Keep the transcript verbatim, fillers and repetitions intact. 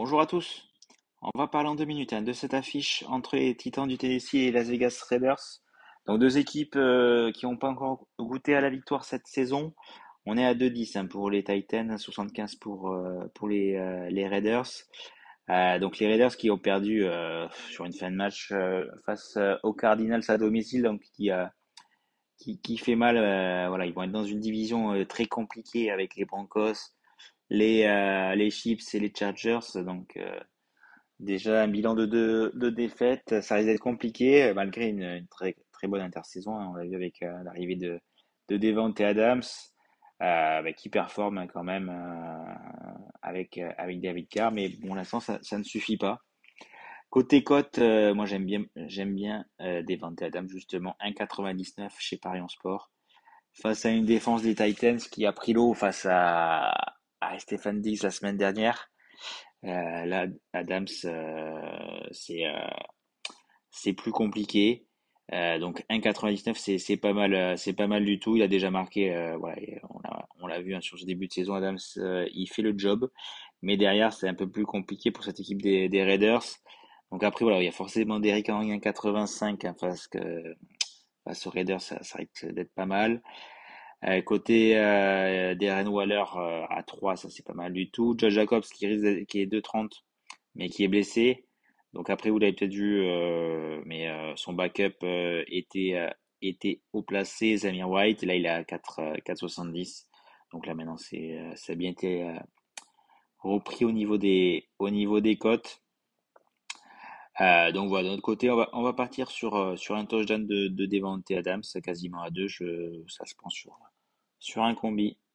Bonjour à tous. On va parler en deux minutes hein, de cette affiche entre les Titans du Tennessee et les Las Vegas Raiders. Donc deux équipes euh, qui n'ont pas encore goûté à la victoire cette saison. On est à deux dix hein, pour les Titans, soixante-quinze pour, euh, pour les, euh, les Raiders. Euh, donc les Raiders qui ont perdu euh, sur une fin de match euh, face euh, aux Cardinals à domicile, donc qui, euh, qui, qui fait mal. Euh, voilà, ils vont être dans une division euh, très compliquée avec les Broncos, les, euh, les Chiefs et les Chargers. Donc euh, déjà, un bilan de deux, deux défaites, ça risque d'être compliqué, euh, malgré une, une très, très bonne intersaison, hein. On l'a vu avec euh, l'arrivée de, de Devante Adams, euh, bah, qui performe hein, quand même euh, avec, euh, avec David Carr, mais pour l'instant, ça, ça ne suffit pas. Côté cote, euh, moi j'aime bien, j'aime bien euh, Devante Adams, justement, un virgule quatre-vingt-dix-neuf chez Parion Sport, face à une défense des Titans qui a pris l'eau face à, à Stefan Diggs la semaine dernière. Euh, là, Adams, euh, c'est euh, c'est plus compliqué. Euh, donc un virgule quatre-vingt-dix-neuf, c'est c'est pas mal, euh, c'est pas mal du tout. Il a déjà marqué, euh, voilà, et on l'a on l'a vu hein, sur ce début de saison. Adams, euh, il fait le job, mais derrière c'est un peu plus compliqué pour cette équipe des, des Raiders. Donc après voilà, il y a forcément Derrick Henry un virgule quatre-vingt-cinq hein, parce que face aux Raiders, ça, ça risque d'être pas mal. Euh, côté euh, Darren Waller euh, à trois, ça c'est pas mal du tout. Josh Jacobs qui risque d'être- qui est deux virgule trente mais qui est blessé. Donc après, vous l'avez peut-être vu, euh, mais euh, son backup euh, était, euh, était haut placé, Zamir White. Là, il est à quatre, euh, quatre virgule soixante-dix. Donc là, maintenant, c'est, euh, ça a bien été euh, repris au niveau des, au niveau des cotes. Euh, donc voilà, de notre côté, on va, on va partir sur, euh, sur un touchdown de, de Devante Adams, quasiment à deux. Je, ça se prend sur, sur un combi.